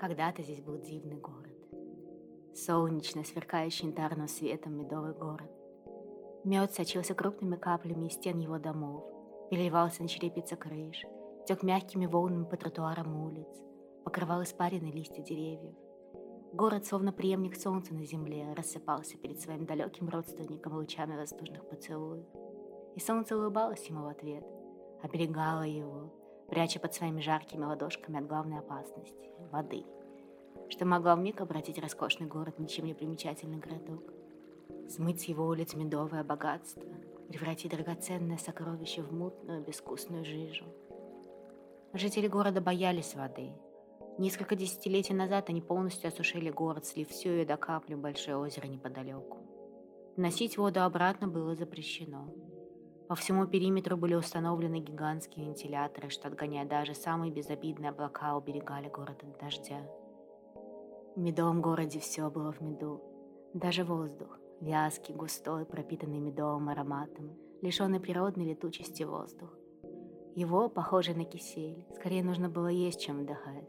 Когда-то здесь был дивный город. Солнечный, сверкающий янтарным светом медовый город. Мед сочился крупными каплями из стен его домов, переливался на черепице крыш, тек мягкими волнами по тротуарам улиц, покрывал испаренные листья деревьев. Город, словно преемник солнца на земле, рассыпался перед своим далеким родственником лучами воздушных поцелуев. И солнце улыбалось ему в ответ, оберегало его, пряча под своими жаркими ладошками от главной опасности — воды, что могла вмиг обратить роскошный город в ничем не примечательный городок, смыть с его улиц медовое богатство, превратить драгоценное сокровище в мутную, безвкусную жижу. Жители города боялись воды. Несколько десятилетий назад они полностью осушили город, слив всю ее до капли в большое озеро неподалеку. Носить воду обратно было запрещено. По всему периметру были установлены гигантские вентиляторы, что, отгоняя даже самые безобидные облака, уберегали город от дождя. В медовом городе все было в меду. Даже воздух, вязкий, густой, пропитанный медовым ароматом, лишенный природной летучести воздух. Его, похожий на кисель, скорее нужно было есть, чем вдыхать.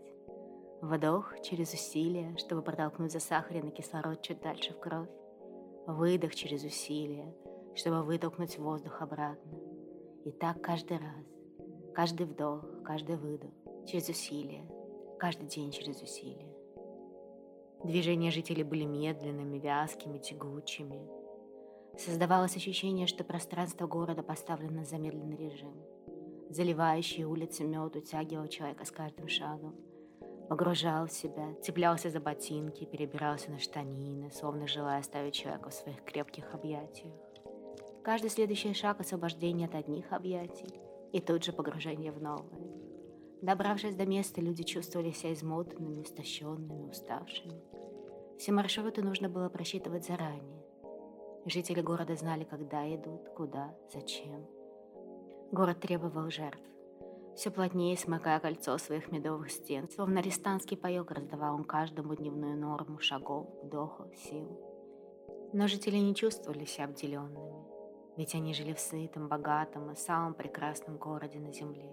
Вдох через усилие, чтобы протолкнуть засахаренный кислород чуть дальше в кровь. Выдох через усилие, чтобы вытолкнуть воздух обратно. И так каждый раз. Каждый вдох, каждый выдох через усилие. Каждый день через усилие. Движения жителей были медленными, вязкими, тягучими. Создавалось ощущение, что пространство города поставлено на замедленный режим. Заливающий улицы мед утягивал человека с каждым шагом. Погружал в себя, цеплялся за ботинки, перебирался на штанины, словно желая оставить человека в своих крепких объятиях. Каждый следующий шаг — освобождение от одних объятий и тут же погружение в новые. Добравшись до места, люди чувствовали себя измотанными, истощенными, уставшими. Все маршруты нужно было просчитывать заранее. Жители города знали, когда идут, куда, зачем. Город требовал жертв. Все плотнее смыкая кольцо своих медовых стен, словно арестантский паёк раздавал он каждому дневную норму шагов, вдохов, сил. Но жители не чувствовали себя обделенными, ведь они жили в сытом, богатом и самом прекрасном городе на земле.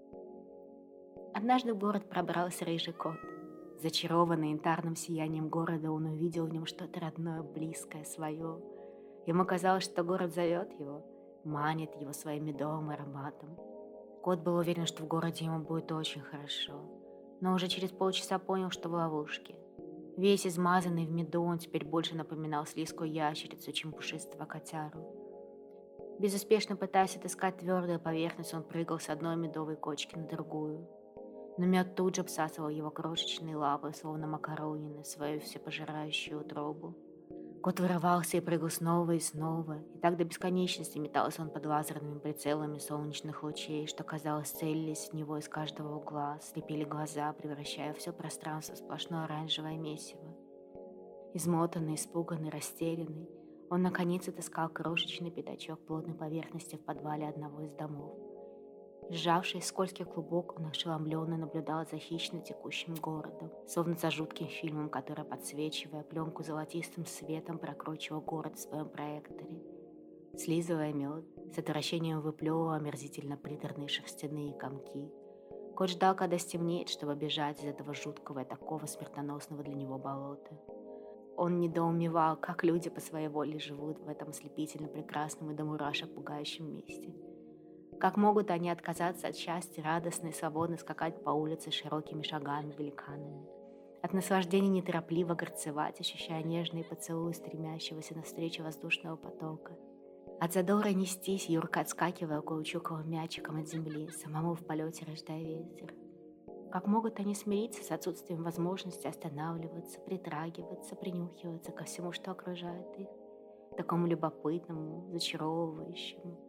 Однажды в город пробрался рыжий кот. Зачарованный янтарным сиянием города, он увидел в нем что-то родное, близкое, свое. Ему казалось, что город зовет его, манит его своим медовым ароматом. Кот был уверен, что в городе ему будет очень хорошо, но уже через полчаса понял, что в ловушке. Весь измазанный в меду, он теперь больше напоминал слизкую ящерицу, чем пушистого котяру. Безуспешно пытаясь отыскать твердую поверхность, он прыгал с одной медовой кочки на другую. Но мед тут же всасывал его крошечные лапы, словно макаронины, в свою всепожирающую утробу. Кот вырывался и прыгал снова и снова, и так до бесконечности метался он под лазерными прицелами солнечных лучей, что, казалось, целились в него из каждого угла, слепили глаза, превращая все пространство в сплошное оранжевое месиво. Измотанный, испуганный, растерянный, он наконец отыскал крошечный пятачок плотной поверхности в подвале одного из домов. Сжавшись в скользкий клубок, он ошеломленно наблюдал за хищно текущим городом, словно за жутким фильмом, который, подсвечивая пленку золотистым светом, прокручивал город в своем проекторе. Слизывая мед, с отвращением выплевывал омерзительно приторные шерстяные комки. Кот ждал, когда стемнеет, чтобы бежать из этого жуткого и такого смертоносного для него болота. Он недоумевал, как люди по своей воле живут в этом ослепительно прекрасном и до мурашек пугающем месте. Как могут они отказаться от счастья, радостно и свободно скакать по улице широкими шагами великанами? От наслаждения неторопливо горцевать, ощущая нежные поцелуи стремящегося навстречу воздушного потока? От задора нестись, юрко отскакивая каучуковым мячиком от земли, самому в полете рождая ветер? Как могут они смириться с отсутствием возможности останавливаться, притрагиваться, принюхиваться ко всему, что окружает их, такому любопытному, зачаровывающему?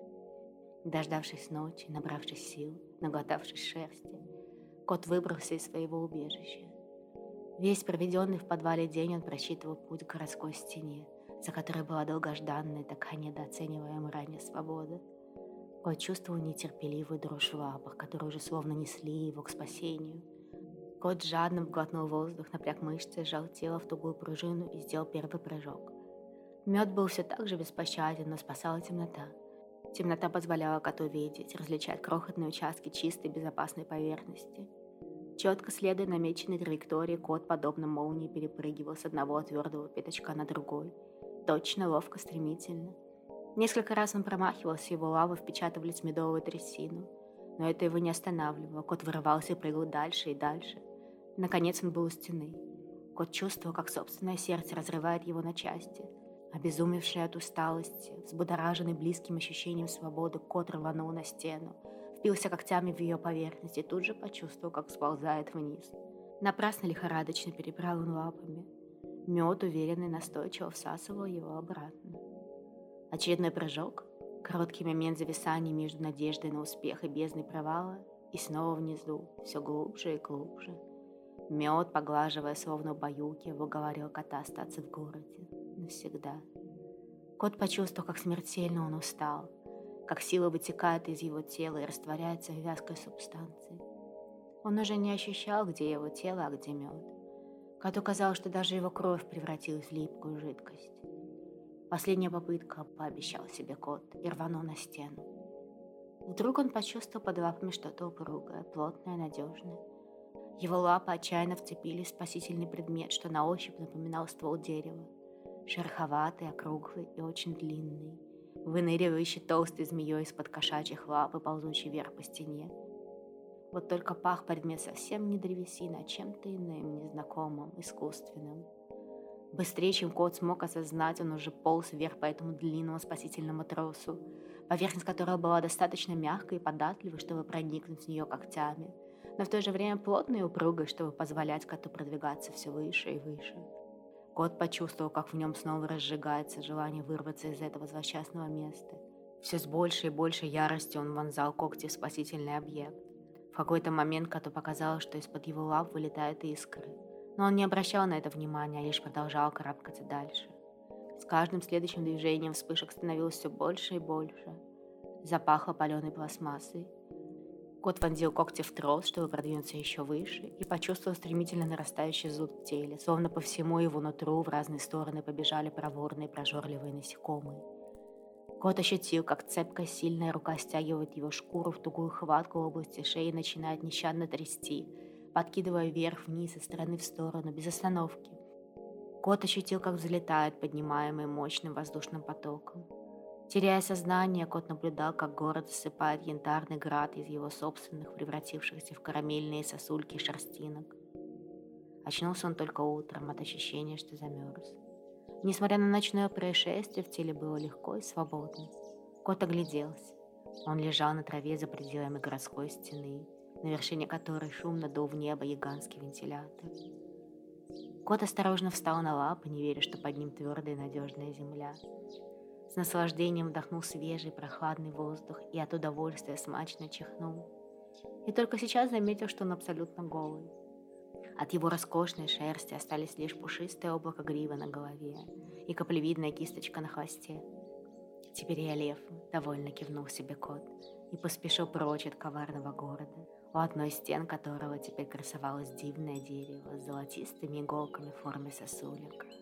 Дождавшись ночи, набравшись сил, наглотавшись шерсти, кот выбрался из своего убежища. Весь проведенный в подвале день он просчитывал путь к городской стене, за которой была долгожданная, такая недооцениваемая ранее свобода. Кот чувствовал нетерпеливую дрожь в лапах, которые уже словно несли его к спасению. Кот жадно вглотнул воздух, напряг мышцы, сжал тело в тугую пружину и сделал первый прыжок. Мед был все так же беспощаден, но спасала темнота. Темнота позволяла коту видеть, различать крохотные участки чистой безопасной поверхности. Четко следуя намеченной траектории, кот, подобно молнии, перепрыгивал с одного твердого пятачка на другой. Точно, ловко, стремительно. Несколько раз он промахивался, его лавы впечатывались в медовую трясину. Но это его не останавливало. Кот вырывался и прыгал дальше и дальше. Наконец он был у стены. Кот чувствовал, как собственное сердце разрывает его на части. Обезумевший от усталости, взбудораженный близким ощущением свободы, кот рванул на стену, впился когтями в ее поверхность и тут же почувствовал, как сползает вниз. Напрасно лихорадочно перебрал он лапами. Мед, уверенно и настойчиво всасывал его обратно. Очередной прыжок, короткий момент зависания между надеждой на успех и бездной провала, и снова внизу, все глубже и глубже. Мед, поглаживая словно убаюкивая, уговорил кота остаться в городе навсегда. Кот почувствовал, как смертельно он устал, как сила вытекает из его тела и растворяется в вязкой субстанции. Он уже не ощущал, где его тело, а где мед. Коту казалось, что даже его кровь превратилась в липкую жидкость. Последняя попытка, пообещал себе кот, и рванул на стену. Вдруг он почувствовал под лапами что-то упругое, плотное, надежное. Его лапы отчаянно вцепились в спасительный предмет, что на ощупь напоминал ствол дерева. Шероховатый, округлый и очень длинный, выныривающий толстой змеей из-под кошачьих лап и ползущий вверх по стене. Вот только пах предмет совсем не древесиной, а чем-то иным, незнакомым, искусственным. Быстрее, чем кот смог осознать, он уже полз вверх по этому длинному спасительному тросу, поверхность которого была достаточно мягкой и податливой, чтобы проникнуть в нее когтями, но в то же время плотной и упругой, чтобы позволять коту продвигаться все выше и выше. Кот почувствовал, как в нем снова разжигается желание вырваться из этого злосчастного места. Все с большей и большей яростью он вонзал когти в спасительный объект. В какой-то момент коту показалось, что из-под его лап вылетают искры. Но он не обращал на это внимания, а лишь продолжал карабкаться дальше. С каждым следующим движением вспышек становилось все больше и больше. Запахло паленой пластмассой. Кот вонзил когти в трос, чтобы продвинуться еще выше, и почувствовал стремительно нарастающий зуд в теле, словно по всему его нутру в разные стороны побежали проворные прожорливые насекомые. Кот ощутил, как цепкая сильная рука стягивает его шкуру в тугую хватку в области шеи и начинает нещадно трясти, подкидывая вверх-вниз из стороны в сторону, без остановки. Кот ощутил, как взлетает, поднимаемый мощным воздушным потоком. Теряя сознание, кот наблюдал, как город засыпает янтарный град из его собственных, превратившихся в карамельные сосульки шерстинок. Очнулся он только утром от ощущения, что замерз. Несмотря на ночное происшествие, в теле было легко и свободно. Кот огляделся. Он лежал на траве за пределами городской стены, на вершине которой шумно дул в небо гигантский вентилятор. Кот осторожно встал на лапы, не веря, что под ним твердая и надежная земля. С наслаждением вдохнул свежий прохладный воздух и от удовольствия смачно чихнул. И только сейчас заметил, что он абсолютно голый. От его роскошной шерсти остались лишь пушистое облако гривы на голове и каплевидная кисточка на хвосте. «Теперь я лев», — довольно кивнул себе кот и поспешил прочь от коварного города, у одной из стен которого теперь красовалось дивное дерево с золотистыми иголками в форме сосулек.